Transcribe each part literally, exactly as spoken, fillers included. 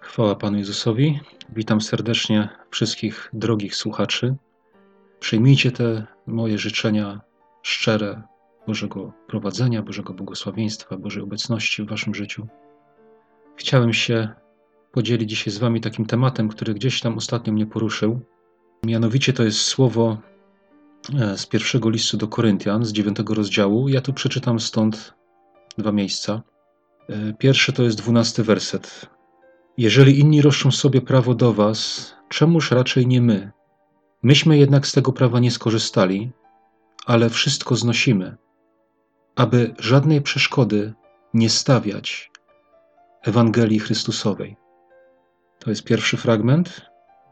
Chwała Panu Jezusowi. Witam serdecznie wszystkich drogich słuchaczy. Przyjmijcie te moje życzenia szczere Bożego prowadzenia, Bożego błogosławieństwa, Bożej obecności w waszym życiu. Chciałem się podzielić dzisiaj z wami takim tematem, który gdzieś tam ostatnio mnie poruszył. Mianowicie to jest słowo z pierwszego listu do Koryntian, z dziewiątego rozdziału. Ja tu przeczytam stąd dwa miejsca. Pierwszy to jest dwunasty werset. Jeżeli inni roszczą sobie prawo do was, czemuż raczej nie my? Myśmy jednak z tego prawa nie skorzystali, ale wszystko znosimy, aby żadnej przeszkody nie stawiać Ewangelii Chrystusowej. To jest pierwszy fragment,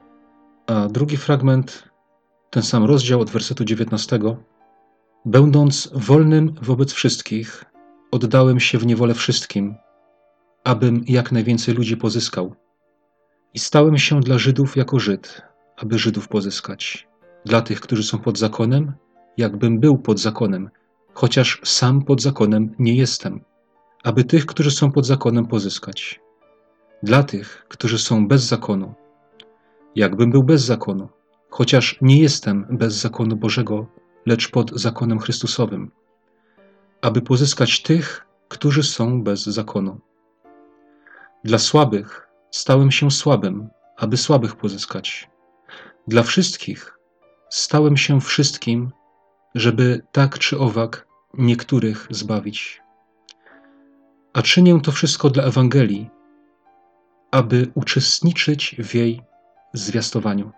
a drugi fragment, ten sam rozdział od wersetu dziewiętnastego. Będąc wolnym wobec wszystkich, oddałem się w niewolę wszystkim, abym jak najwięcej ludzi pozyskał. I stałem się dla Żydów jako Żyd, aby Żydów pozyskać. Dla tych, którzy są pod zakonem, jakbym był pod zakonem, chociaż sam pod zakonem nie jestem, aby tych, którzy są pod zakonem, pozyskać. Dla tych, którzy są bez zakonu, jakbym był bez zakonu, chociaż nie jestem bez zakonu Bożego, lecz pod zakonem Chrystusowym, aby pozyskać tych, którzy są bez zakonu. Dla słabych stałem się słabym, aby słabych pozyskać. Dla wszystkich stałem się wszystkim, żeby tak czy owak niektórych zbawić. A czynię to wszystko dla Ewangelii, aby uczestniczyć w jej zwiastowaniu.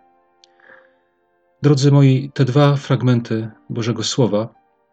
Drodzy moi, te dwa fragmenty Bożego Słowa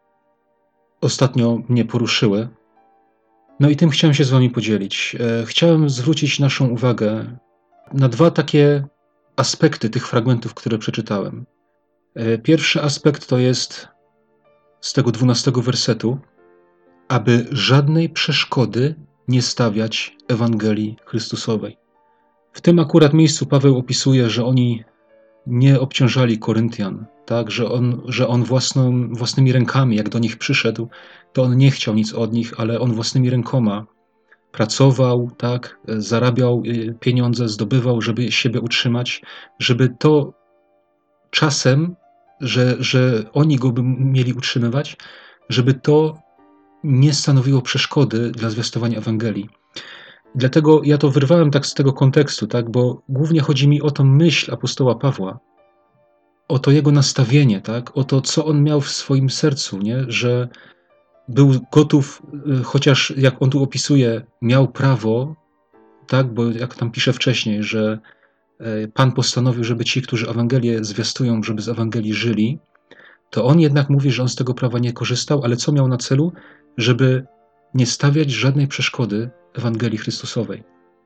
ostatnio mnie poruszyły. No i tym chciałem się z wami podzielić. Chciałem zwrócić naszą uwagę na dwa takie aspekty tych fragmentów, które przeczytałem. Pierwszy aspekt to jest z tego dwunastego wersetu, aby żadnej przeszkody nie stawiać Ewangelii Chrystusowej. W tym akurat miejscu Paweł opisuje, że oni nie obciążali Koryntian, tak? że on, że on własną, własnymi rękami, jak do nich przyszedł, to on nie chciał nic od nich, ale on własnymi rękoma pracował, tak? Zarabiał pieniądze, zdobywał, żeby siebie utrzymać, żeby to czasem, że, że oni go by mieli utrzymywać, żeby to nie stanowiło przeszkody dla zwiastowania Ewangelii. Dlatego ja to wyrwałem tak z tego kontekstu, tak, bo głównie chodzi mi o tą myśl apostoła Pawła, o to jego nastawienie, tak, o to, co on miał w swoim sercu, nie, że był gotów, chociaż jak on tu opisuje, miał prawo, tak, bo jak tam pisze wcześniej, że Pan postanowił, żeby ci, którzy Ewangelię zwiastują, żeby z Ewangelii żyli, to on jednak mówi, że on z tego prawa nie korzystał, ale co miał na celu? Żeby nie stawiać żadnej przeszkody Ewangelii Chrystusowej.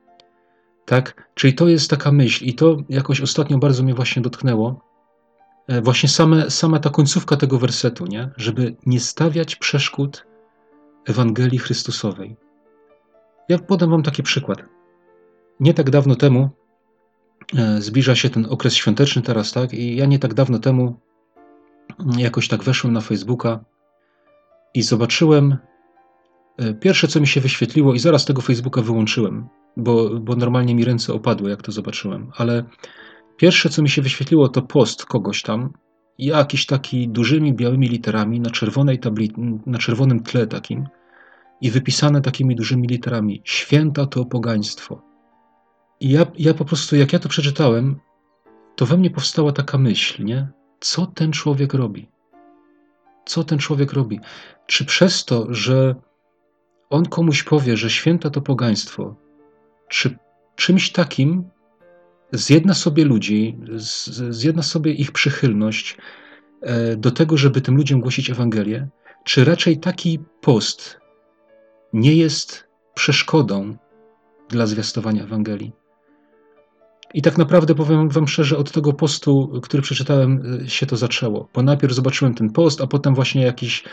Tak? Czyli to jest taka myśl i to jakoś ostatnio bardzo mnie właśnie dotknęło. Właśnie same, sama ta końcówka tego wersetu, nie? Żeby nie stawiać przeszkód Ewangelii Chrystusowej. Ja podam wam taki przykład. Nie tak dawno temu zbliża się ten okres świąteczny teraz, tak? I ja nie tak dawno temu jakoś tak weszłem na Facebooka i zobaczyłem pierwsze, co mi się wyświetliło i zaraz tego Facebooka wyłączyłem, bo, bo normalnie mi ręce opadły, jak to zobaczyłem, ale pierwsze, co mi się wyświetliło, to post kogoś tam, jakiś taki dużymi białymi literami na czerwonej tabli, na czerwonym tle takim i wypisane takimi dużymi literami: święta to pogaństwo. I ja, ja po prostu, jak ja to przeczytałem, to we mnie powstała taka myśl, nie? Co ten człowiek robi? Co ten człowiek robi? Czy przez to, że on komuś powie, że święta to pogaństwo, czy czymś takim zjedna sobie ludzi, zjedna sobie ich przychylność do tego, żeby tym ludziom głosić Ewangelię, czy raczej taki post nie jest przeszkodą dla zwiastowania Ewangelii? I tak naprawdę powiem wam szczerze, od tego postu, który przeczytałem, się to zaczęło. Bo najpierw zobaczyłem ten post, a potem właśnie jakiś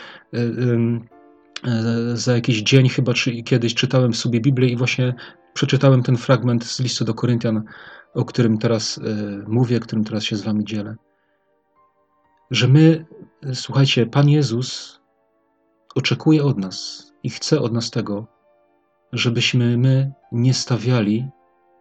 za jakiś dzień chyba, czy kiedyś czytałem sobie Biblię i właśnie przeczytałem ten fragment z listu do Koryntian, o którym teraz mówię, którym teraz się z wami dzielę. Że my, słuchajcie, Pan Jezus oczekuje od nas i chce od nas tego, żebyśmy my nie stawiali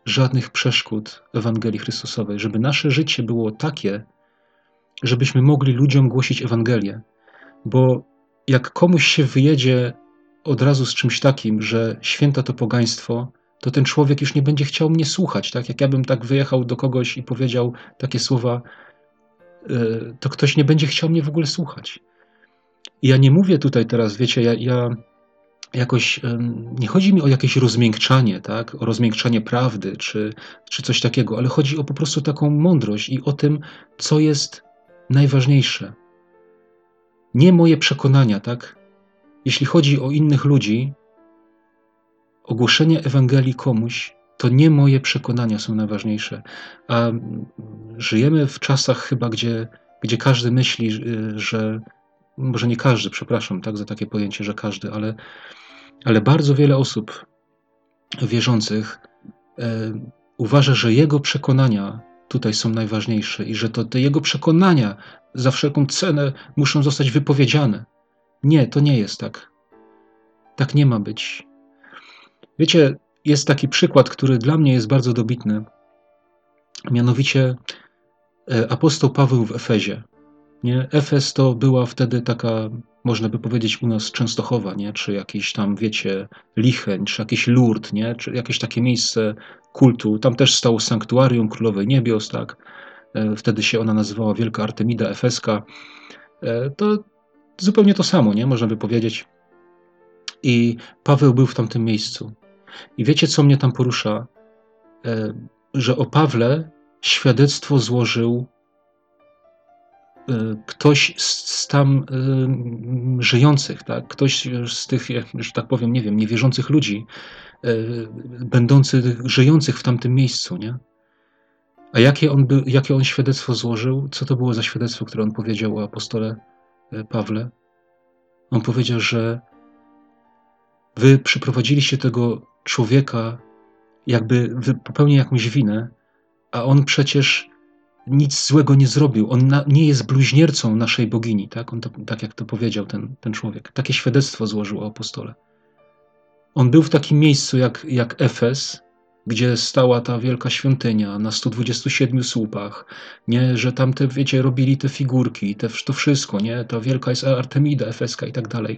żadnych przeszkód Ewangelii Chrystusowej, żeby nasze życie było takie, żebyśmy mogli ludziom głosić Ewangelię. Bo jak komuś się wyjedzie od razu z czymś takim, że święta to pogaństwo, to ten człowiek już nie będzie chciał mnie słuchać. Tak? Jak ja bym tak wyjechał do kogoś i powiedział takie słowa, to ktoś nie będzie chciał mnie w ogóle słuchać. I ja nie mówię tutaj teraz, wiecie, ja, ja jakoś, nie chodzi mi o jakieś rozmiękczanie, tak? O rozmiękczanie prawdy, czy, czy coś takiego, ale chodzi o po prostu taką mądrość i o tym, co jest najważniejsze. Nie moje przekonania, tak? Jeśli chodzi o innych ludzi, ogłoszenie Ewangelii komuś, to nie moje przekonania są najważniejsze. A żyjemy w czasach chyba, gdzie, gdzie każdy myśli, że, może nie każdy, przepraszam, tak, za takie pojęcie, że każdy, ale, ale bardzo wiele osób wierzących e, uważa, że jego przekonania tutaj są najważniejsze i że to te jego przekonania za wszelką cenę muszą zostać wypowiedziane. Nie, to nie jest tak. Tak nie ma być. Wiecie, jest taki przykład, który dla mnie jest bardzo dobitny. Mianowicie apostoł Paweł w Efezie. Nie? Efes to była wtedy taka, można by powiedzieć u nas Częstochowa, nie? Czy jakiś tam, wiecie, Licheń, czy jakiś Lourdes, nie? Czy jakieś takie miejsce kultu. Tam też stało sanktuarium Królowej Niebios, tak? Wtedy się ona nazywała Wielka Artemida Efeska. To zupełnie to samo, nie? Można by powiedzieć. I Paweł był w tamtym miejscu. I wiecie, co mnie tam porusza? Że o Pawle świadectwo złożył ktoś z tam żyjących, tak? Ktoś z tych, że tak powiem, nie wiem, niewierzących ludzi, będących, żyjących w tamtym miejscu, nie? A jakie on, by, jakie on świadectwo złożył? Co to było za świadectwo, które on powiedział o apostole Pawle? On powiedział, że wy przyprowadziliście tego człowieka, jakby popełnił jakąś winę, a on przecież nic złego nie zrobił. On na, nie jest bluźniercą naszej bogini, tak? On to, tak jak to powiedział ten, ten człowiek. Takie świadectwo złożył o apostole. On był w takim miejscu jak, jak Efes, gdzie stała ta wielka świątynia na stu dwudziestu siedmiu słupach, nie? Że tam te, wiecie, robili te figurki, te, to wszystko, nie? Ta wielka jest Artemida Efeska i tak dalej.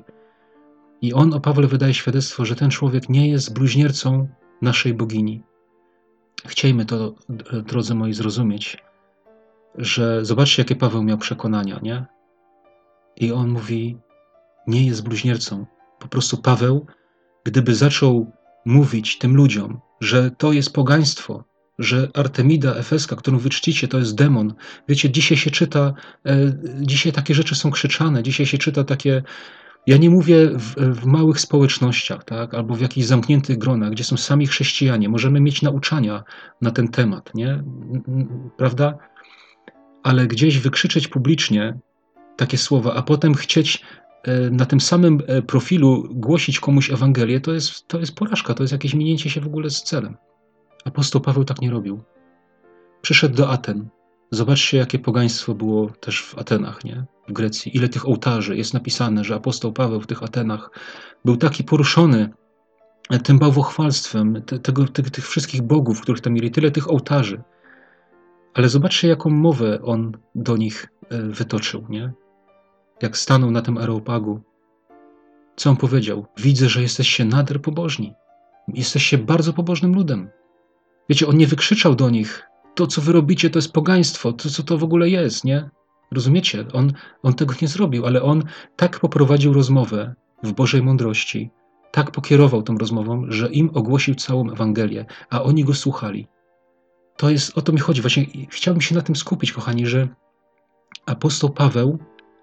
I on o Pawle wydaje świadectwo, że ten człowiek nie jest bluźniercą naszej bogini. Chciejmy to, drodzy moi, zrozumieć, że zobaczcie, jakie Paweł miał przekonania, nie? I on mówi, nie jest bluźniercą. Po prostu Paweł, gdyby zaczął mówić tym ludziom, że to jest pogaństwo, że Artemida Efeska, którą wy czcicie, to jest demon. Wiecie, dzisiaj się czyta, e, dzisiaj takie rzeczy są krzyczane, dzisiaj się czyta takie, ja nie mówię w, w małych społecznościach, tak, albo w jakichś zamkniętych gronach, gdzie są sami chrześcijanie, możemy mieć nauczania na ten temat, nie? Prawda? Ale gdzieś wykrzyczeć publicznie takie słowa, a potem chcieć na tym samym profilu głosić komuś Ewangelię, to jest, to jest porażka, to jest jakieś minięcie się w ogóle z celem. Apostoł Paweł tak nie robił. Przyszedł do Aten. Zobaczcie, jakie pogaństwo było też w Atenach, nie? W Grecji. Ile tych ołtarzy. Jest napisane, że apostoł Paweł w tych Atenach był taki poruszony tym bałwochwalstwem te, tego, tych, tych wszystkich bogów, których tam mieli, tyle tych ołtarzy. Ale zobaczcie, jaką mowę on do nich wytoczył, nie? Jak stanął na tym Areopagu. Co on powiedział? Widzę, że jesteście nader pobożni. Jesteście bardzo pobożnym ludem. Wiecie, on nie wykrzyczał do nich, to co wy robicie to jest pogaństwo, to co to w ogóle jest, nie? Rozumiecie? On, on tego nie zrobił, ale on tak poprowadził rozmowę w Bożej mądrości, tak pokierował tą rozmową, że im ogłosił całą Ewangelię, a oni go słuchali. To jest, o to mi chodzi. Właśnie chciałbym się na tym skupić, kochani, że apostoł Paweł,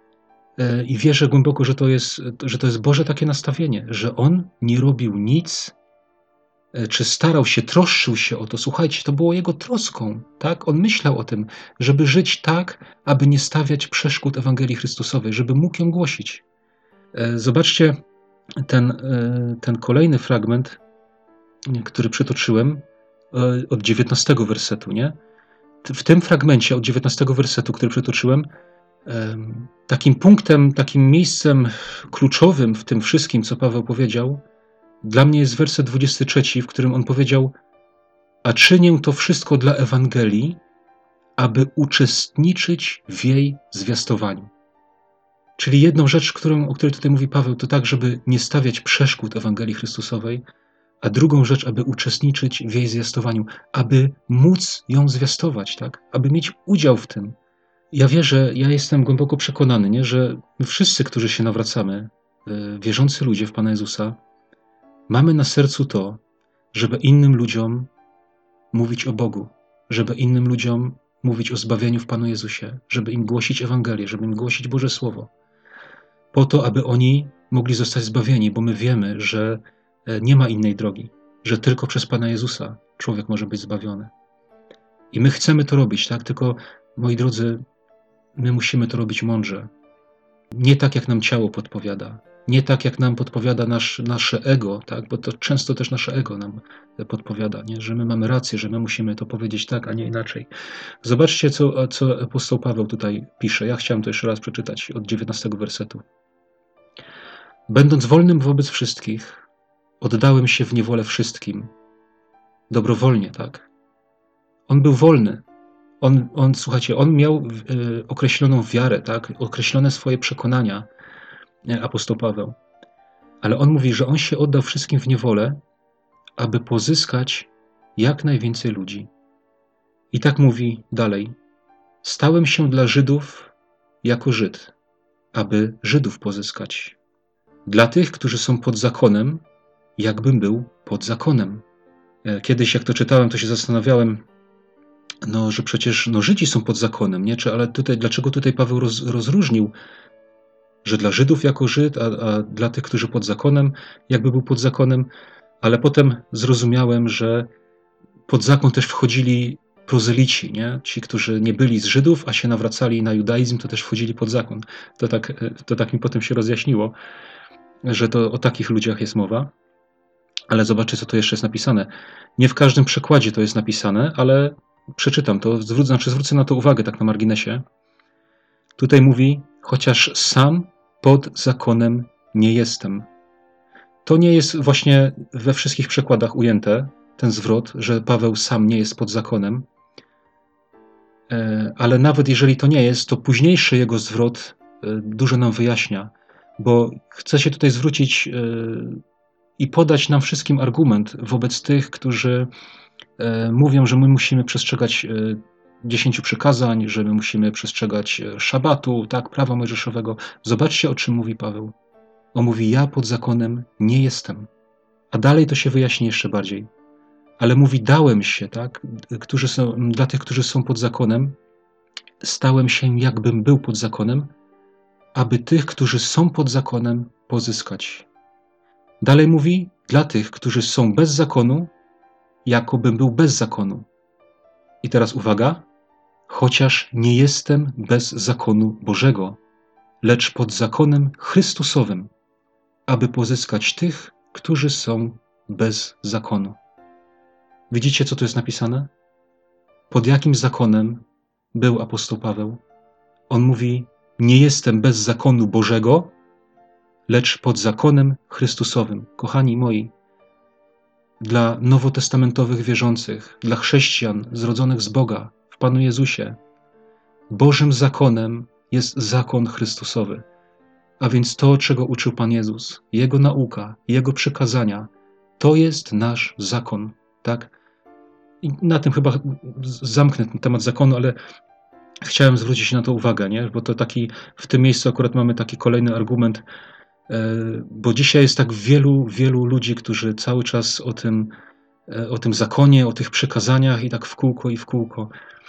i wierzę głęboko, że to jest, że to jest Boże takie nastawienie, że on nie robił nic, czy starał się, troszczył się o to. Słuchajcie, to było jego troską, tak? On myślał o tym, żeby żyć tak, aby nie stawiać przeszkód Ewangelii Chrystusowej, żeby mógł ją głosić. Zobaczcie ten, ten kolejny fragment, który przytoczyłem, od dziewiętnastego wersetu, nie? W tym fragmencie od dziewiętnastego wersetu, który przytoczyłem, takim punktem, takim miejscem kluczowym w tym wszystkim, co Paweł powiedział, dla mnie jest werset dwudziesty trzeci, w którym on powiedział: a czynię to wszystko dla Ewangelii, aby uczestniczyć w jej zwiastowaniu. Czyli jedną rzecz, którą, o której tutaj mówi Paweł, to tak, żeby nie stawiać przeszkód Ewangelii Chrystusowej, a drugą rzecz, aby uczestniczyć w jej zwiastowaniu, aby móc ją zwiastować, tak? Aby mieć udział w tym. Ja wierzę, ja jestem głęboko przekonany, nie? Że my wszyscy, którzy się nawracamy, wierzący ludzie w Pana Jezusa, mamy na sercu to, żeby innym ludziom mówić o Bogu, żeby innym ludziom mówić o zbawieniu w Panu Jezusie, żeby im głosić Ewangelię, żeby im głosić Boże Słowo, po to, aby oni mogli zostać zbawieni, bo my wiemy, że nie ma innej drogi, że tylko przez Pana Jezusa człowiek może być zbawiony. I my chcemy to robić, tak? Tylko, moi drodzy, my musimy to robić mądrze. Nie tak, jak nam ciało podpowiada. Nie tak, jak nam podpowiada nasz, nasze ego, tak? Bo to często też nasze ego nam podpowiada, nie? Że my mamy rację, że my musimy to powiedzieć tak, a nie inaczej. Zobaczcie, co, co apostoł Paweł tutaj pisze. Ja chciałem to jeszcze raz przeczytać od dziewiętnastego wersetu. Będąc wolnym wobec wszystkich, oddałem się w niewolę wszystkim. Dobrowolnie, tak? On był wolny. On, on słuchajcie, on miał y, określoną wiarę, tak? Określone swoje przekonania, apostoł Paweł. Ale on mówi, że on się oddał wszystkim w niewolę, aby pozyskać jak najwięcej ludzi. I tak mówi dalej. Stałem się dla Żydów jako Żyd, aby Żydów pozyskać. Dla tych, którzy są pod zakonem, jakbym był pod zakonem. Kiedyś, jak to czytałem, to się zastanawiałem, no, że przecież no, Żydzi są pod zakonem, nie? Czy, ale tutaj, dlaczego tutaj Paweł roz, rozróżnił, że dla Żydów jako Żyd, a, a dla tych, którzy pod zakonem, jakby był pod zakonem, ale potem zrozumiałem, że pod zakon też wchodzili prozelici, nie? Ci, którzy nie byli z Żydów, a się nawracali na judaizm, to też wchodzili pod zakon. To tak, to tak mi potem się rozjaśniło, że to o takich ludziach jest mowa. Ale zobaczcie, co to jeszcze jest napisane. Nie w każdym przekładzie to jest napisane, ale przeczytam to, zwrócę, znaczy zwrócę na to uwagę tak na marginesie. Tutaj mówi, chociaż sam pod zakonem nie jestem. To nie jest właśnie we wszystkich przekładach ujęte, ten zwrot, że Paweł sam nie jest pod zakonem, ale nawet jeżeli to nie jest, to późniejszy jego zwrot dużo nam wyjaśnia, bo chce się tutaj zwrócić i podać nam wszystkim argument wobec tych, którzy mówią, że my musimy przestrzegać dziesięciu przykazań, że my musimy przestrzegać szabatu, tak, prawa mojżeszowego. Zobaczcie, o czym mówi Paweł. On mówi, ja pod zakonem nie jestem. A dalej to się wyjaśni jeszcze bardziej. Ale mówi, dałem się, tak, którzy są, dla tych, którzy są pod zakonem, stałem się, jakbym był pod zakonem, aby tych, którzy są pod zakonem, pozyskać. Dalej mówi, dla tych, którzy są bez zakonu, jakobym był bez zakonu. I teraz uwaga, chociaż nie jestem bez zakonu Bożego, lecz pod zakonem Chrystusowym, aby pozyskać tych, którzy są bez zakonu. Widzicie, co tu jest napisane? Pod jakim zakonem był apostoł Paweł? On mówi, nie jestem bez zakonu Bożego, lecz pod zakonem Chrystusowym. Kochani moi, dla nowotestamentowych wierzących, dla chrześcijan zrodzonych z Boga w Panu Jezusie, Bożym zakonem jest zakon Chrystusowy. A więc to, czego uczył Pan Jezus, Jego nauka, Jego przykazania, to jest nasz zakon, tak? I na tym chyba zamknę ten temat zakonu, ale chciałem zwrócić na to uwagę, nie? Bo to taki, w tym miejscu akurat mamy taki kolejny argument, bo dzisiaj jest tak wielu, wielu ludzi, którzy cały czas o tym, o tym zakonie, o tych przykazaniach i tak w kółko i w kółko.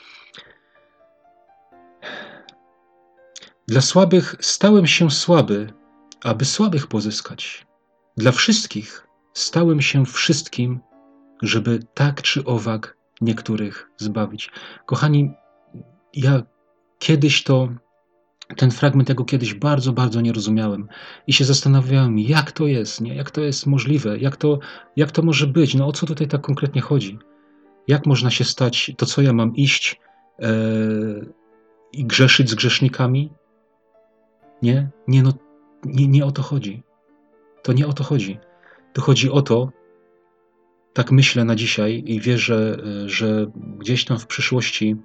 Dla słabych stałem się słaby, aby słabych pozyskać. Dla wszystkich stałem się wszystkim, żeby tak czy owak niektórych zbawić. Kochani, ja kiedyś to, ten fragment tego kiedyś bardzo, bardzo nie rozumiałem i się zastanawiałem, jak to jest, nie? Jak to jest możliwe, jak to, jak to może być, no o co tutaj tak konkretnie chodzi? Jak można się stać, to co ja mam iść e, i grzeszyć z grzesznikami? Nie, nie, no, nie, nie o to chodzi. To nie o to chodzi. To chodzi o to, tak myślę na dzisiaj i wierzę, że gdzieś tam w przyszłości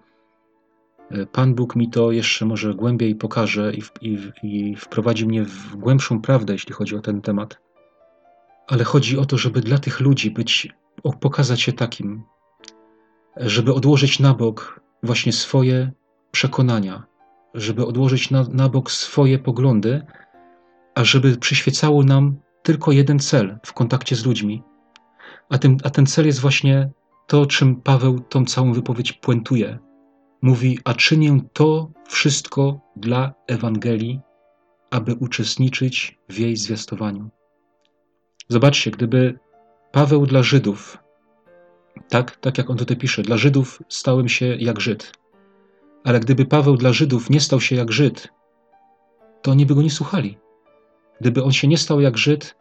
Pan Bóg mi to jeszcze może głębiej pokaże i, i, i wprowadzi mnie w głębszą prawdę, jeśli chodzi o ten temat. Ale chodzi o to, żeby dla tych ludzi być, pokazać się takim, żeby odłożyć na bok właśnie swoje przekonania, żeby odłożyć na, na bok swoje poglądy, a żeby przyświecało nam tylko jeden cel w kontakcie z ludźmi. A, tym, a ten cel jest właśnie to, czym Paweł tą całą wypowiedź puentuje. Mówi, a czynię to wszystko dla Ewangelii, aby uczestniczyć w jej zwiastowaniu. Zobaczcie, gdyby Paweł dla Żydów, tak, tak jak on tutaj pisze, dla Żydów stałem się jak Żyd, ale gdyby Paweł dla Żydów nie stał się jak Żyd, to oni by go nie słuchali. Gdyby on się nie stał jak Żyd,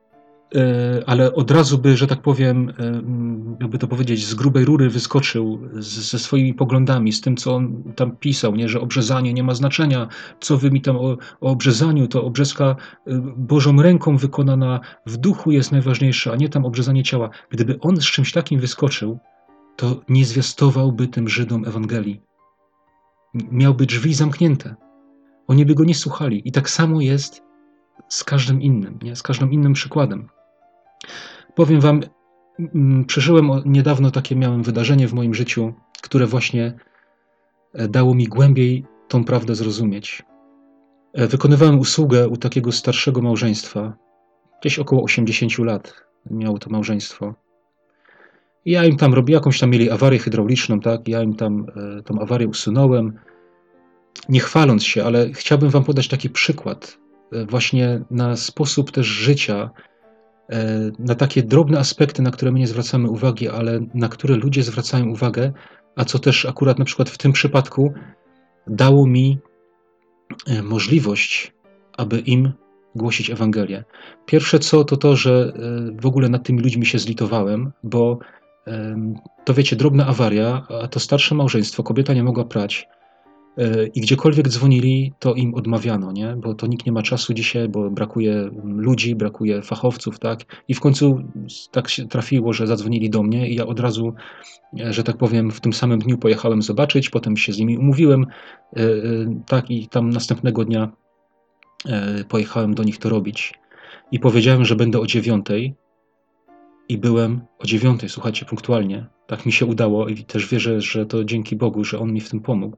ale od razu by, że tak powiem, jakby to powiedzieć, z grubej rury wyskoczył z, ze swoimi poglądami, z tym, co on tam pisał, nie, że obrzezanie nie ma znaczenia, co wy mi tam o, o obrzezaniu, to obrzeska Bożą ręką wykonana w duchu jest najważniejsza, a nie tam obrzezanie ciała. Gdyby on z czymś takim wyskoczył, to nie zwiastowałby tym Żydom Ewangelii. Miałby drzwi zamknięte. Oni by go nie słuchali. I tak samo jest z każdym innym, nie? Z każdym innym przykładem. Powiem wam, przeżyłem niedawno takie miałem wydarzenie w moim życiu, które właśnie dało mi głębiej tą prawdę zrozumieć. Wykonywałem usługę u takiego starszego małżeństwa, gdzieś około osiemdziesięciu lat miało to małżeństwo. I ja im tam robiłem, jakąś tam mieli awarię hydrauliczną, tak? Ja im tam e, tą awarię usunąłem, nie chwaląc się, ale chciałbym wam podać taki przykład e, właśnie na sposób też życia, na takie drobne aspekty, na które my nie zwracamy uwagi, ale na które ludzie zwracają uwagę, a co też akurat na przykład w tym przypadku dało mi możliwość, aby im głosić Ewangelię. Pierwsze co, to to, że w ogóle nad tymi ludźmi się zlitowałem, bo to wiecie, drobna awaria, a to starsze małżeństwo, kobieta nie mogła prać, i gdziekolwiek dzwonili, to im odmawiano, nie? Bo to nikt nie ma czasu dzisiaj, bo brakuje ludzi, brakuje fachowców, tak? I w końcu tak się trafiło, że zadzwonili do mnie i ja od razu, że tak powiem, w tym samym dniu pojechałem zobaczyć, potem się z nimi umówiłem, tak? I tam następnego dnia pojechałem do nich to robić. I powiedziałem, że będę o dziewiątej i byłem o dziewiątej, słuchajcie, punktualnie. Tak mi się udało i też wierzę, że to dzięki Bogu, że On mi w tym pomógł.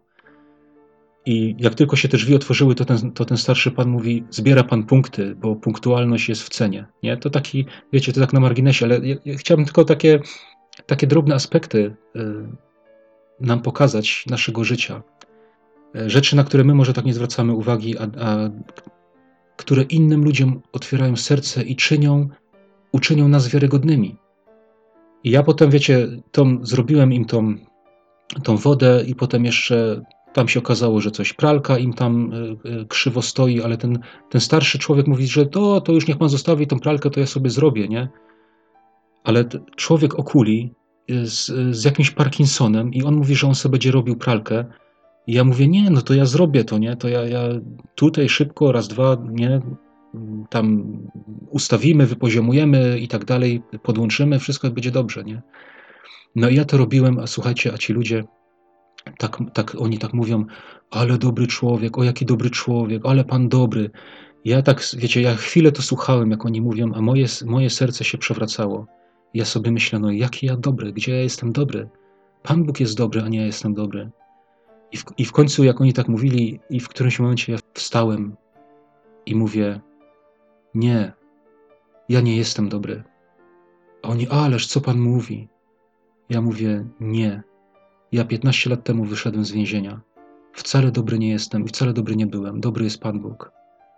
I jak tylko się te drzwi otworzyły, to ten, to ten starszy pan mówi, zbiera pan punkty, bo punktualność jest w cenie. Nie? To taki, wiecie, to tak na marginesie, ale ja, ja chciałbym tylko takie, takie drobne aspekty y, nam pokazać naszego życia. Y, rzeczy, na które my może tak nie zwracamy uwagi, a, a które innym ludziom otwierają serce i czynią, uczynią nas wiarygodnymi. I ja potem, wiecie, tą, zrobiłem im tą, tą wodę i potem jeszcze tam się okazało, że coś pralka im tam krzywo stoi, ale ten, ten starszy człowiek mówi, że to, to już niech pan zostawi tą pralkę, to ja sobie zrobię, nie? Ale człowiek okuli z, z jakimś Parkinsonem i on mówi, że on sobie będzie robił pralkę. I ja mówię, nie, no to ja zrobię to, nie? To ja, ja tutaj szybko, raz, dwa, nie? Tam ustawimy, wypoziomujemy i tak dalej, podłączymy, wszystko będzie dobrze, nie? No i ja to robiłem, a słuchajcie, a ci ludzie Tak, tak, oni tak mówią, ale dobry człowiek, o jaki dobry człowiek, ale pan dobry. Ja tak, wiecie, ja chwilę to słuchałem, jak oni mówią, a moje, moje serce się przewracało. Ja sobie myślę, no jaki ja dobry, gdzie ja jestem dobry? Pan Bóg jest dobry, a nie ja jestem dobry. I w, I w końcu, jak oni tak mówili, i w którymś momencie ja wstałem i mówię, nie, ja nie jestem dobry. A oni, ależ co pan mówi? Ja mówię, nie. Ja piętnaście lat temu wyszedłem z więzienia. Wcale dobry nie jestem i wcale dobry nie byłem. Dobry jest Pan Bóg.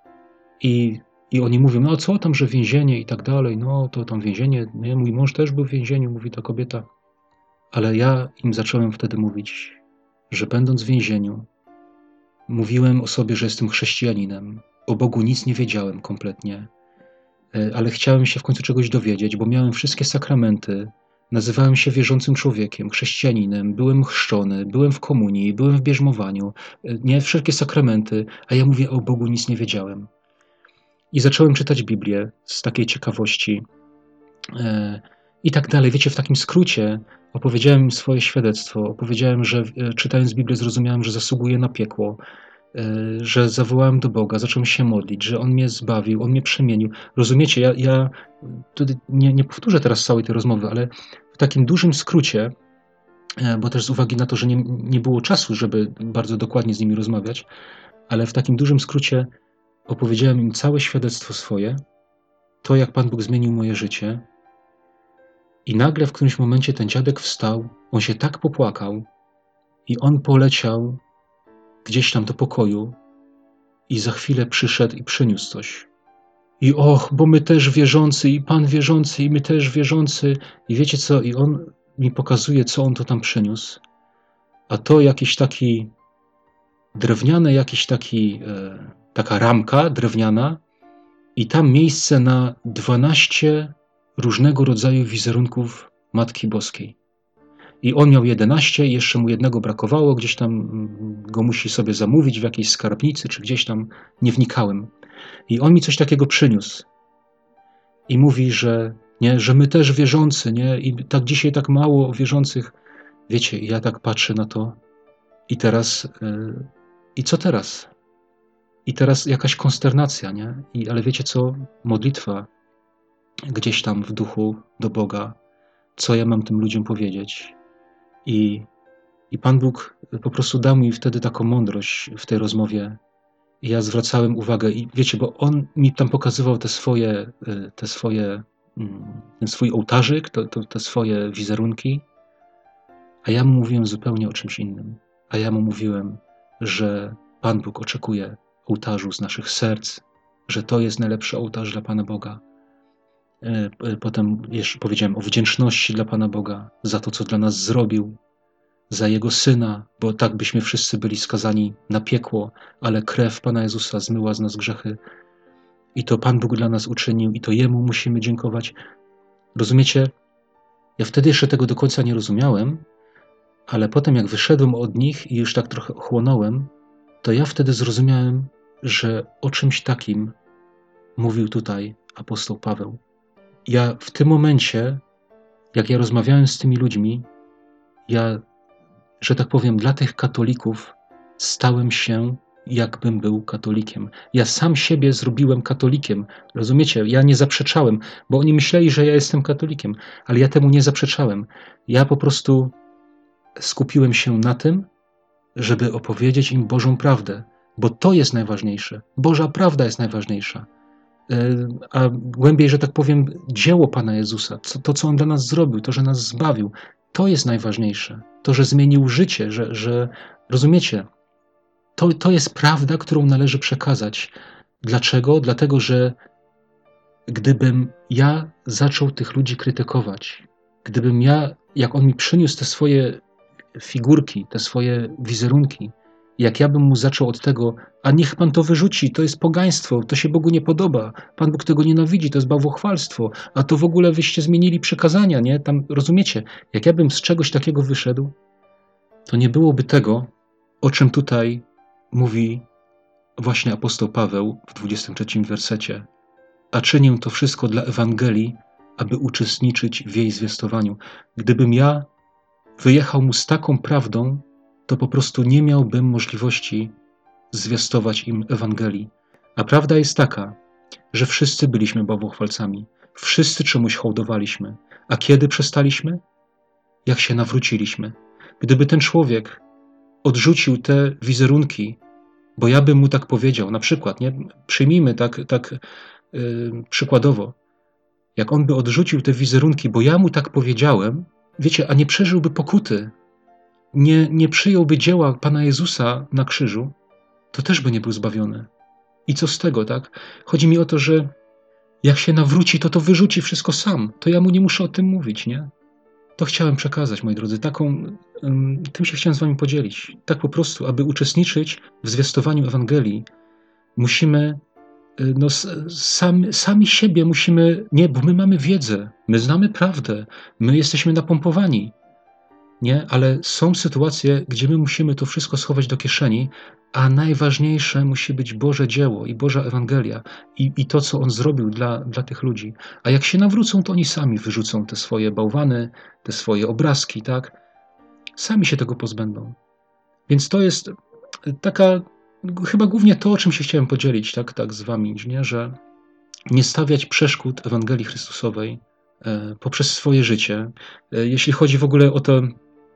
I, i oni mówią, no co tam, że więzienie i tak dalej. No to tam więzienie. Nie? Mój mąż też był w więzieniu, mówi ta kobieta. Ale ja im zacząłem wtedy mówić, że będąc w więzieniu, mówiłem o sobie, że jestem chrześcijaninem. O Bogu nic nie wiedziałem kompletnie. Ale chciałem się w końcu czegoś dowiedzieć, bo miałem wszystkie sakramenty. Nazywałem się wierzącym człowiekiem, chrześcijaninem, byłem chrzczony, byłem w komunii, byłem w bierzmowaniu, nie wszelkie sakramenty, a ja mówię, o Bogu nic nie wiedziałem. I zacząłem czytać Biblię z takiej ciekawości. i tak dalej. Wiecie, w takim skrócie opowiedziałem im swoje świadectwo, opowiedziałem, że e, czytając Biblię zrozumiałem, że zasługuję na piekło, e, że zawołałem do Boga, zacząłem się modlić, że On mnie zbawił, On mnie przemienił. Rozumiecie, ja, ja tutaj nie, nie powtórzę teraz całej tej rozmowy, ale w takim dużym skrócie, e, bo też z uwagi na to, że nie, nie było czasu, żeby bardzo dokładnie z nimi rozmawiać, ale w takim dużym skrócie opowiedziałem im całe świadectwo swoje, to jak Pan Bóg zmienił moje życie. I nagle w którymś momencie ten dziadek wstał, on się tak popłakał i on poleciał gdzieś tam do pokoju i za chwilę przyszedł i przyniósł coś. I och, bo my też wierzący, i Pan wierzący, i my też wierzący. I wiecie co? I on mi pokazuje, co on to tam przyniósł. A to jakiś taki drewniany, jakiś taki, e, taka ramka drewniana i tam miejsce na dwanaście różnego rodzaju wizerunków Matki Boskiej. I on miał jedenaście, jeszcze mu jednego brakowało, gdzieś tam go musi sobie zamówić w jakiejś skarbnicy, czy gdzieś tam, nie wnikałem. I on mi coś takiego przyniósł. I mówi, że nie, że my też wierzący, nie? I tak dzisiaj tak mało wierzących. Wiecie, ja tak patrzę na to i teraz, yy, i co teraz? I teraz jakaś konsternacja, nie? I, ale wiecie co? Modlitwa gdzieś tam w duchu do Boga. Co ja mam tym ludziom powiedzieć? I I Pan Bóg po prostu dał mi wtedy taką mądrość w tej rozmowie. I ja zwracałem uwagę i wiecie, bo on mi tam pokazywał te swoje, te swoje, ten swój ołtarzyk, to, to, te swoje wizerunki, a ja mu mówiłem zupełnie o czymś innym. A ja mu mówiłem, że Pan Bóg oczekuje ołtarzu z naszych serc, że to jest najlepszy ołtarz dla Pana Boga. Potem jeszcze powiedziałem o wdzięczności dla Pana Boga za to, co dla nas zrobił, za Jego Syna, bo tak byśmy wszyscy byli skazani na piekło, ale krew Pana Jezusa zmyła z nas grzechy. I to Pan Bóg dla nas uczynił i to Jemu musimy dziękować. Rozumiecie? Ja wtedy jeszcze tego do końca nie rozumiałem, ale potem jak wyszedłem od nich i już tak trochę chłonąłem, to ja wtedy zrozumiałem, że o czymś takim mówił tutaj apostoł Paweł. Ja w tym momencie, jak ja rozmawiałem z tymi ludźmi, ja, że tak powiem, dla tych katolików stałem się, jakbym był katolikiem. Ja sam siebie zrobiłem katolikiem. Rozumiecie? Ja nie zaprzeczałem, bo oni myśleli, że ja jestem katolikiem, ale ja temu nie zaprzeczałem. Ja po prostu skupiłem się na tym, żeby opowiedzieć im Bożą prawdę, bo to jest najważniejsze. Boża prawda jest najważniejsza. A głębiej, że tak powiem, dzieło Pana Jezusa, to, co On dla nas zrobił, to, że nas zbawił, to jest najważniejsze. To, że zmienił życie, że, że rozumiecie, to, to jest prawda, którą należy przekazać. Dlaczego? Dlatego, że gdybym ja zaczął tych ludzi krytykować, gdybym ja, jak On mi przyniósł te swoje figurki, te swoje wizerunki, jak ja bym mu zaczął od tego, a niech Pan to wyrzuci, to jest pogaństwo, to się Bogu nie podoba, Pan Bóg tego nienawidzi, to jest bałwochwalstwo, a to w ogóle wyście zmienili przykazania, nie? Tam, rozumiecie, jak ja bym z czegoś takiego wyszedł, to nie byłoby tego, o czym tutaj mówi właśnie apostoł Paweł w dwudziestym trzecim wersecie. A czynię to wszystko dla Ewangelii, aby uczestniczyć w jej zwiastowaniu. Gdybym ja wyjechał mu z taką prawdą, to po prostu nie miałbym możliwości zwiastować im Ewangelii. A prawda jest taka, że wszyscy byliśmy bałwochwalcami. Wszyscy czemuś hołdowaliśmy. A kiedy przestaliśmy? Jak się nawróciliśmy. Gdyby ten człowiek odrzucił te wizerunki, bo ja bym mu tak powiedział, na przykład, nie? Przyjmijmy tak, tak yy, przykładowo, jak on by odrzucił te wizerunki, bo ja mu tak powiedziałem, wiecie, a nie przeżyłby pokuty, nie, nie przyjąłby dzieła Pana Jezusa na krzyżu, to też by nie był zbawiony. I co z tego, tak? Chodzi mi o to, że jak się nawróci, to to wyrzuci wszystko sam. To ja mu nie muszę o tym mówić, nie? To chciałem przekazać, moi drodzy, taką, um, tym się chciałem z wami podzielić. Tak po prostu, aby uczestniczyć w zwiastowaniu Ewangelii, musimy, no, sami, sami siebie musimy, nie, bo my mamy wiedzę, my znamy prawdę, my jesteśmy napompowani. nie? Ale są sytuacje, gdzie my musimy to wszystko schować do kieszeni, a najważniejsze musi być Boże dzieło i Boża Ewangelia i, i to, co On zrobił dla, dla tych ludzi. A jak się nawrócą, to oni sami wyrzucą te swoje bałwany, te swoje obrazki, tak? Sami się tego pozbędą. Więc to jest taka, chyba głównie to, o czym się chciałem podzielić, tak, tak z wami, nie? Że nie stawiać przeszkód Ewangelii Chrystusowej e, poprzez swoje życie. E, jeśli chodzi w ogóle o to,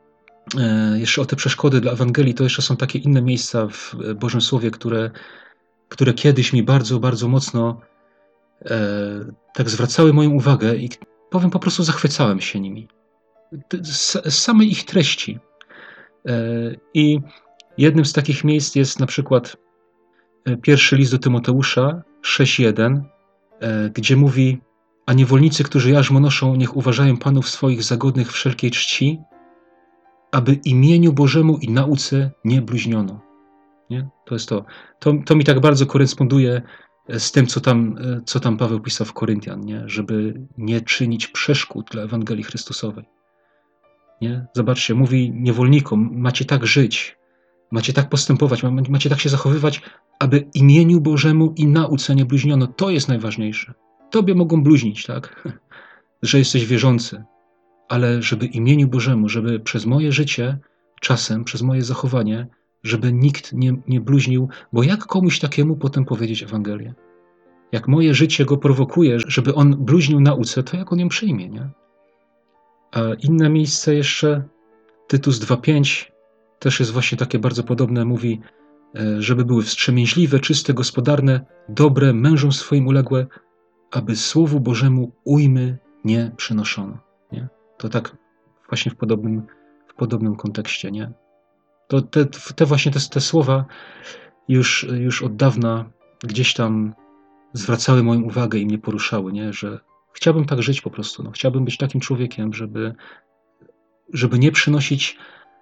e, jeszcze o te przeszkody dla Ewangelii, to jeszcze są takie inne miejsca w Bożym Słowie, które, które kiedyś mi bardzo, bardzo mocno e, tak zwracały moją uwagę i powiem, po prostu zachwycałem się nimi. Z, z samej ich treści. E, I jednym z takich miejsc jest na przykład pierwszy list do Tymoteusza sześć jeden, gdzie mówi: a niewolnicy, którzy jarzmo noszą, niech uważają panów swoich za godnych wszelkiej czci, aby imieniu Bożemu i nauce nie bluźniono. Nie? To jest to. to. To mi tak bardzo koresponduje z tym, co tam, co tam Paweł pisał w Koryntian, nie? Żeby nie czynić przeszkód dla Ewangelii Chrystusowej. Nie? Zobaczcie, mówi niewolnikom, macie tak żyć, macie tak postępować, macie tak się zachowywać, aby imieniu Bożemu i nauce nie bluźniono. To jest najważniejsze. Tobie mogą bluźnić, tak? Że jesteś wierzący, ale żeby imieniu Bożemu, żeby przez moje życie, czasem, przez moje zachowanie, żeby nikt nie, nie bluźnił, bo jak komuś takiemu potem powiedzieć Ewangelię? Jak moje życie go prowokuje, żeby on bluźnił nauce, to jak on ją przyjmie, nie? A inne miejsce jeszcze, Tytus dwa pięć, też jest właśnie takie bardzo podobne, mówi, żeby były wstrzemięźliwe, czyste, gospodarne, dobre, mężom swoim uległe, aby Słowu Bożemu ujmy nie przynoszono. Nie? To tak właśnie w podobnym, w podobnym kontekście. Nie? To te, te właśnie te, te słowa już, już od dawna gdzieś tam zwracały moją uwagę i mnie poruszały, nie? Że chciałbym tak żyć po prostu. No. Chciałbym być takim człowiekiem, żeby, żeby nie przynosić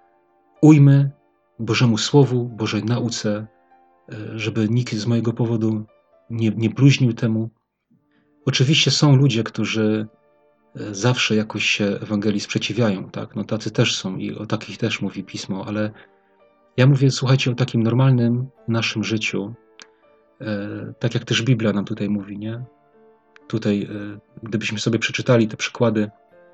ujmy Bożemu Słowu, Bożej nauce, żeby nikt z mojego powodu nie, nie bluźnił temu. Oczywiście są ludzie, którzy zawsze jakoś się Ewangelii sprzeciwiają, tak? No tacy też są i o takich też mówi Pismo, ale ja mówię, słuchajcie, o takim normalnym naszym życiu, e, tak jak też Biblia nam tutaj mówi, nie? Tutaj, e, gdybyśmy sobie przeczytali te przykłady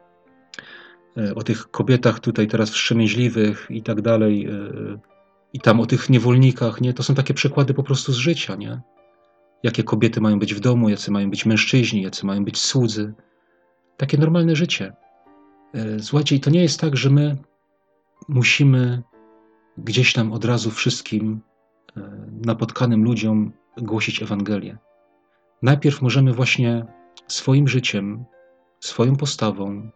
e, o tych kobietach tutaj teraz wstrzemięźliwych i tak dalej, e, i tam o tych niewolnikach, nie? To są takie przykłady po prostu z życia, nie? Jakie kobiety mają być w domu, jacy mają być mężczyźni, jacy mają być słudzy. Takie normalne życie. Słuchajcie, i to nie jest tak, że my musimy gdzieś tam od razu wszystkim napotkanym ludziom głosić Ewangelię. Najpierw możemy właśnie swoim życiem, swoją postawą,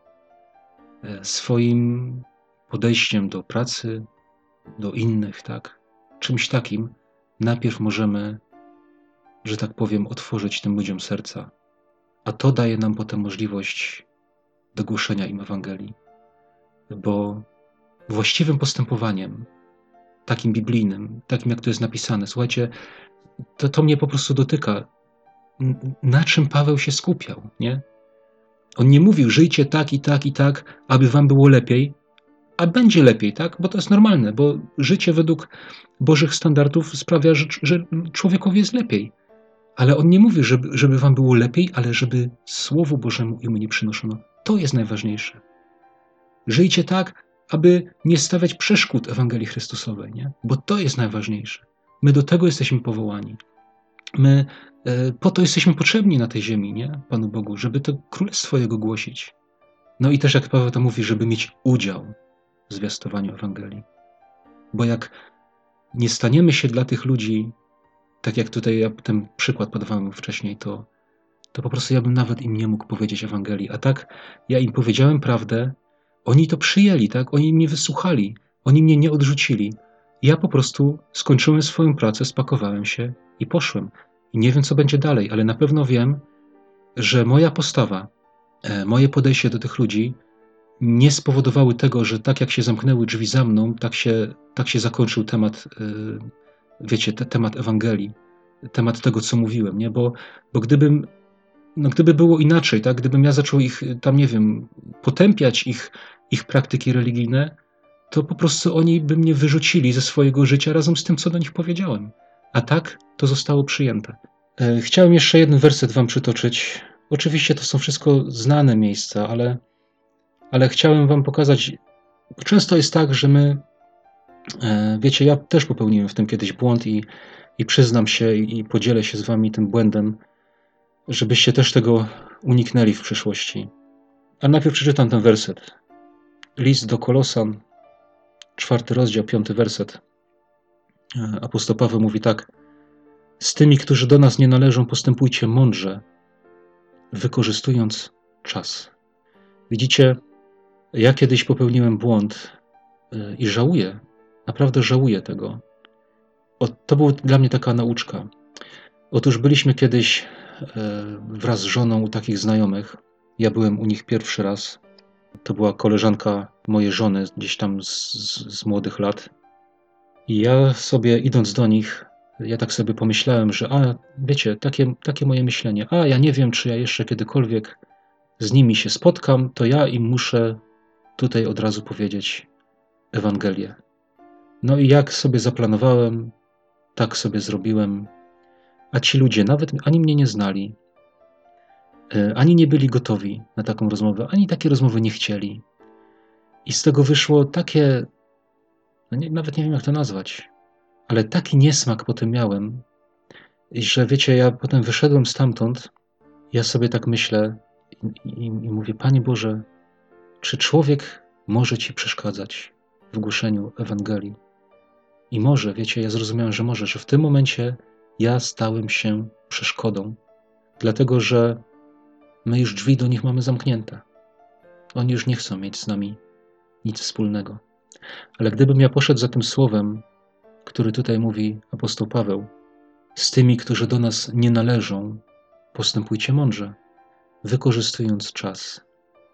swoim podejściem do pracy, do innych, tak, czymś takim, najpierw możemy, że tak powiem, otworzyć tym ludziom serca. A to daje nam potem możliwość do głoszenia im Ewangelii. Bo właściwym postępowaniem, takim biblijnym, takim jak to jest napisane, słuchajcie, to, to mnie po prostu dotyka. Na czym Paweł się skupiał, nie? On nie mówił, żyjcie tak i tak i tak, aby wam było lepiej, a będzie lepiej, tak? Bo to jest normalne, bo życie według Bożych standardów sprawia, że, że człowiekowi jest lepiej. Ale on nie mówi, żeby, żeby wam było lepiej, ale żeby Słowu Bożemu im nie przynoszono. To jest najważniejsze. Żyjcie tak, aby nie stawiać przeszkód Ewangelii Chrystusowej, nie? Bo to jest najważniejsze. My do tego jesteśmy powołani. My e, po to jesteśmy potrzebni na tej ziemi, nie? Panu Bogu, żeby to Królestwo Jego głosić. No i też jak Paweł to mówi, żeby mieć udział w zwiastowaniu Ewangelii. Bo jak nie staniemy się dla tych ludzi, tak jak tutaj ja ten przykład podawałem wcześniej, to, to po prostu ja bym nawet im nie mógł powiedzieć Ewangelii. A tak ja im powiedziałem prawdę, oni to przyjęli, tak? Oni mnie wysłuchali, oni mnie nie odrzucili. Ja po prostu skończyłem swoją pracę, spakowałem się i poszłem. I nie wiem, co będzie dalej, ale na pewno wiem, że moja postawa, moje podejście do tych ludzi nie spowodowały tego, że tak jak się zamknęły drzwi za mną, tak się, tak się zakończył temat, wiecie, te, temat Ewangelii, temat tego, co mówiłem, nie? Bo, bo gdybym, no gdyby było inaczej, tak? Gdybym ja zaczął ich tam, nie wiem, potępiać ich, ich praktyki religijne, to po prostu oni by mnie wyrzucili ze swojego życia razem z tym, co do nich powiedziałem. A tak to zostało przyjęte. E, Chciałem jeszcze jeden werset wam przytoczyć. Oczywiście to są wszystko znane miejsca, ale, ale chciałem wam pokazać, bo często jest tak, że my, e, wiecie, ja też popełniłem w tym kiedyś błąd i, i przyznam się i, i podzielę się z wami tym błędem, żebyście też tego uniknęli w przyszłości. A najpierw przeczytam ten werset. List do Kolosan, czwarty rozdział, piąty werset. E, Apostoł Paweł mówi tak: z tymi, którzy do nas nie należą, postępujcie mądrze, wykorzystując czas. Widzicie, ja kiedyś popełniłem błąd y, i żałuję, naprawdę żałuję tego. O, to była dla mnie taka nauczka. Otóż byliśmy kiedyś y, wraz z żoną u takich znajomych. Ja byłem u nich pierwszy raz. To była koleżanka mojej żony, gdzieś tam z, z, z młodych lat. I ja sobie idąc do nich, ja tak sobie pomyślałem, że a, wiecie, takie, takie moje myślenie, a ja nie wiem, czy ja jeszcze kiedykolwiek z nimi się spotkam, to ja im muszę tutaj od razu powiedzieć Ewangelię. No i jak sobie zaplanowałem, tak sobie zrobiłem, a ci ludzie nawet ani mnie nie znali, e, ani nie byli gotowi na taką rozmowę, ani takiej rozmowy nie chcieli. I z tego wyszło takie, no nie, nawet nie wiem jak to nazwać, ale taki niesmak potem miałem, że wiecie, ja potem wyszedłem stamtąd, ja sobie tak myślę i, i, i mówię, Panie Boże, czy człowiek może Ci przeszkadzać w głoszeniu Ewangelii? I może, wiecie, ja zrozumiałem, że może, że w tym momencie ja stałem się przeszkodą, dlatego że my już drzwi do nich mamy zamknięte. Oni już nie chcą mieć z nami nic wspólnego. Ale gdybym ja poszedł za tym słowem, który tutaj mówi apostoł Paweł, z tymi, którzy do nas nie należą, postępujcie mądrze, wykorzystując czas.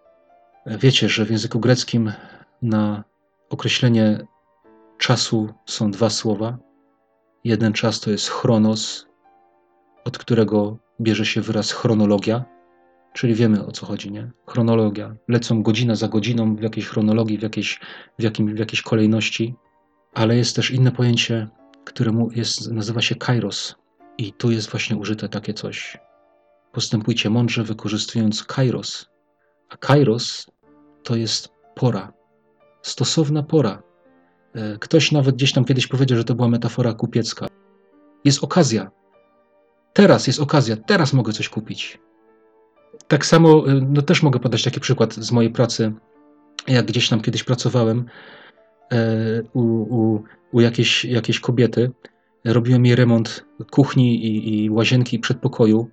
Wiecie, że w języku greckim na określenie czasu są dwa słowa. Jeden czas to jest chronos, od którego bierze się wyraz chronologia, czyli wiemy o co chodzi, nie? Chronologia. Lecą godzina za godziną w jakiejś chronologii, w jakiejś, w jakim, w jakiejś kolejności, ale jest też inne pojęcie, które jest, nazywa się kairos. I tu jest właśnie użyte takie coś. Postępujcie mądrze, wykorzystując kairos. A kairos to jest pora, stosowna pora. Ktoś nawet gdzieś tam kiedyś powiedział, że to była metafora kupiecka. Jest okazja. Teraz jest okazja, teraz mogę coś kupić. Tak samo, no też mogę podać taki przykład z mojej pracy, jak gdzieś tam kiedyś pracowałem e, u, u, u jakiejś, jakiejś kobiety. Robiłem jej remont kuchni i, i łazienki i przedpokoju.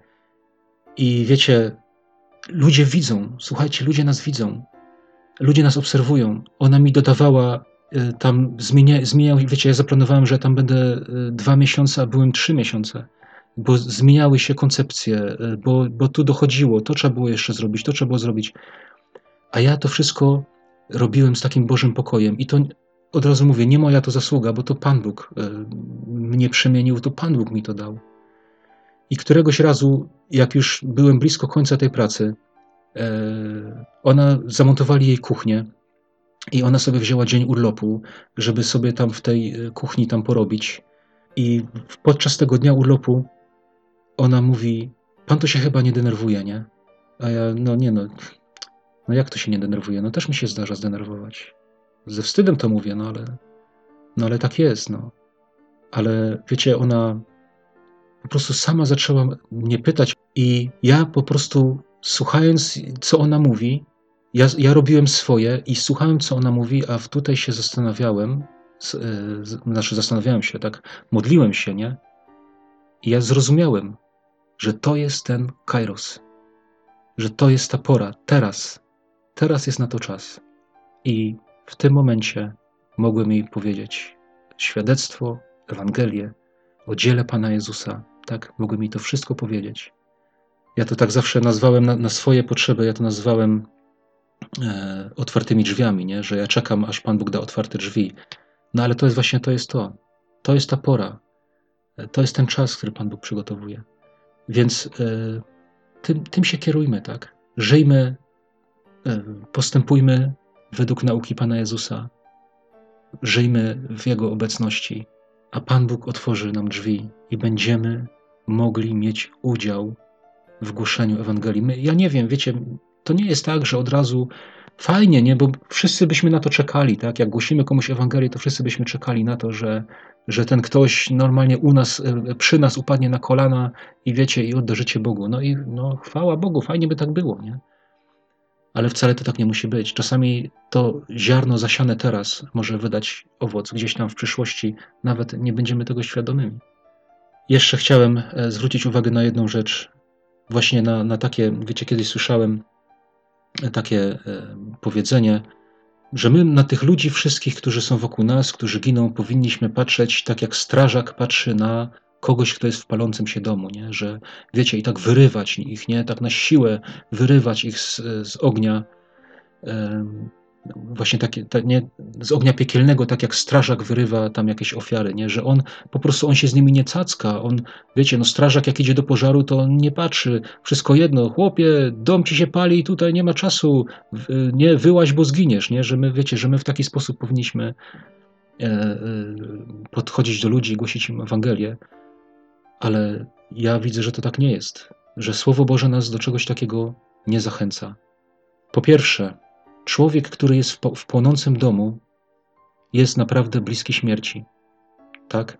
I wiecie, ludzie widzą, słuchajcie, ludzie nas widzą. Ludzie nas obserwują. Ona mi dodawała, e, tam zmienia, zmieniał, wiecie, ja zaplanowałem, że tam będę e, dwa miesiące, a byłem trzy miesiące. Bo zmieniały się koncepcje, bo, bo tu dochodziło, to trzeba było jeszcze zrobić, to trzeba było zrobić. A ja to wszystko robiłem z takim Bożym pokojem. I to od razu mówię, nie moja to zasługa, bo to Pan Bóg mnie przemienił, to Pan Bóg mi to dał. I któregoś razu, jak już byłem blisko końca tej pracy, ona zamontowali jej kuchnię i ona sobie wzięła dzień urlopu, żeby sobie tam w tej kuchni tam porobić. I podczas tego dnia urlopu ona mówi, pan to się chyba nie denerwuje, nie? A ja, no nie no, no jak to się nie denerwuje? No też mi się zdarza zdenerwować. Ze wstydem to mówię, no ale, no ale tak jest, no. Ale wiecie, ona po prostu sama zaczęła mnie pytać i ja po prostu słuchając, co ona mówi, ja, ja robiłem swoje i słuchałem, co ona mówi, a tutaj się zastanawiałem, z, z, znaczy zastanawiałem się, tak, modliłem się, nie? I ja zrozumiałem, że to jest ten kairos, że to jest ta pora, teraz, teraz jest na to czas. I w tym momencie mogłem jej powiedzieć świadectwo, Ewangelię o dziele Pana Jezusa, tak, mogłem jej to wszystko powiedzieć. Ja to tak zawsze nazwałem na, na swoje potrzeby, ja to nazwałem e, otwartymi drzwiami, nie? Że ja czekam, aż Pan Bóg da otwarte drzwi. No ale to jest właśnie, to jest to. To jest ta pora. To jest ten czas, który Pan Bóg przygotowuje. Więc e, tym, tym się kierujmy, tak? Żyjmy, postępujmy według nauki Pana Jezusa. żyjmy w Jego obecności, a Pan Bóg otworzy nam drzwi i będziemy mogli mieć udział w głoszeniu Ewangelii. My, ja nie wiem, wiecie, to nie jest tak, że od razu fajnie, nie, bo wszyscy byśmy na to czekali, tak? Jak głosimy komuś Ewangelię, to wszyscy byśmy czekali na to, że, że ten ktoś normalnie u nas, przy nas upadnie na kolana i wiecie, i odda życie Bogu. No i no, chwała Bogu, fajnie by tak było, nie? Ale wcale to tak nie musi być. Czasami to ziarno zasiane teraz może wydać owoc gdzieś tam w przyszłości, nawet nie będziemy tego świadomymi. Jeszcze chciałem zwrócić uwagę na jedną rzecz, właśnie na, na takie, wiecie, kiedyś słyszałem takie e, powiedzenie, że my na tych ludzi wszystkich, którzy są wokół nas, którzy giną, powinniśmy patrzeć tak jak strażak patrzy na kogoś, kto jest w palącym się domu, nie? Że wiecie, i tak wyrywać ich, nie? Tak na siłę wyrywać ich z, z ognia, e, właśnie takie, tak, nie, z ognia piekielnego, tak jak strażak wyrywa tam jakieś ofiary, nie? Że on po prostu on się z nimi nie cacka, on, wiecie, no strażak jak idzie do pożaru, to on nie patrzy, wszystko jedno, chłopie, dom ci się pali, tutaj nie ma czasu, nie, wyłaź, bo zginiesz, nie? Że my, wiecie, że my w taki sposób powinniśmy e, e, podchodzić do ludzi i głosić im Ewangelię, ale ja widzę, że to tak nie jest, że Słowo Boże nas do czegoś takiego nie zachęca. Po pierwsze, człowiek, który jest w, po, w płonącym domu, jest naprawdę bliski śmierci. Tak?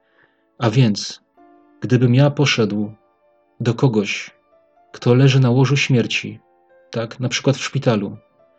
A więc, gdybym ja poszedł do kogoś, kto leży na łożu śmierci, tak, na przykład w szpitalu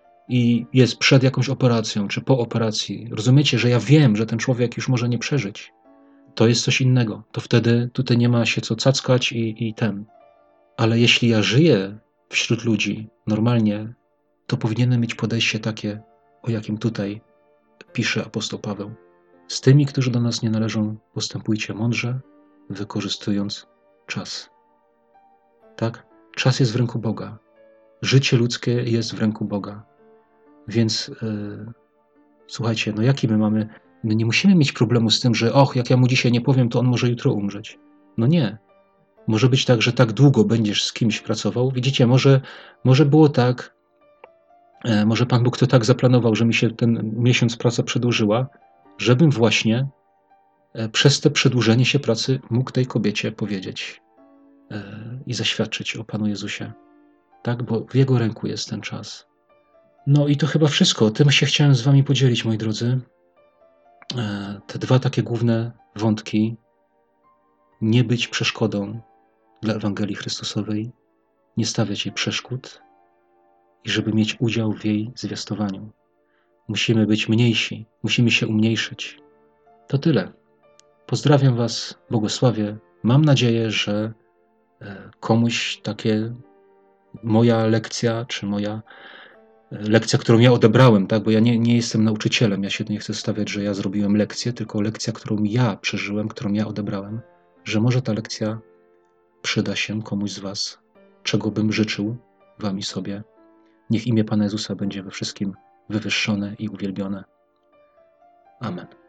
i jest przed jakąś operacją, czy po operacji, rozumiecie, że ja wiem, że ten człowiek już może nie przeżyć. To jest coś innego. To wtedy tutaj nie ma się co cackać i, i ten. Ale jeśli ja żyję wśród ludzi normalnie, to powinienem mieć podejście takie, o jakim tutaj pisze apostoł Paweł. Z tymi, którzy do nas nie należą, postępujcie mądrze, wykorzystując czas. Tak? Czas jest w ręku Boga. Życie ludzkie jest w ręku Boga. Więc yy, słuchajcie, no jaki my mamy... My nie musimy mieć problemu z tym, że och, jak ja mu dzisiaj nie powiem, to on może jutro umrzeć. No nie. Może być tak, że tak długo będziesz z kimś pracował. Widzicie, może, może było tak, e, może Pan Bóg to tak zaplanował, że mi się ten miesiąc praca przedłużyła, żebym właśnie e, przez to przedłużenie się pracy mógł tej kobiecie powiedzieć e, i zaświadczyć o Panu Jezusie. Tak, bo w Jego ręku jest ten czas. No i to chyba wszystko. Tym się chciałem z Wami podzielić, moi drodzy. E, te dwa takie główne wątki. Nie być przeszkodą dla Ewangelii Chrystusowej, nie stawiać jej przeszkód i żeby mieć udział w jej zwiastowaniu. Musimy być mniejsi, musimy się umniejszyć. To tyle. Pozdrawiam Was, błogosławię. Mam nadzieję, że komuś takie moja lekcja, czy moja lekcja, którą ja odebrałem, tak? Bo ja nie, nie jestem nauczycielem, ja się nie chcę stawiać, że ja zrobiłem lekcję, tylko lekcja, którą ja przeżyłem, którą ja odebrałem, że może ta lekcja przyda się komuś z Was, czego bym życzył Wam i sobie. Niech imię Pana Jezusa będzie we wszystkim wywyższone i uwielbione. Amen.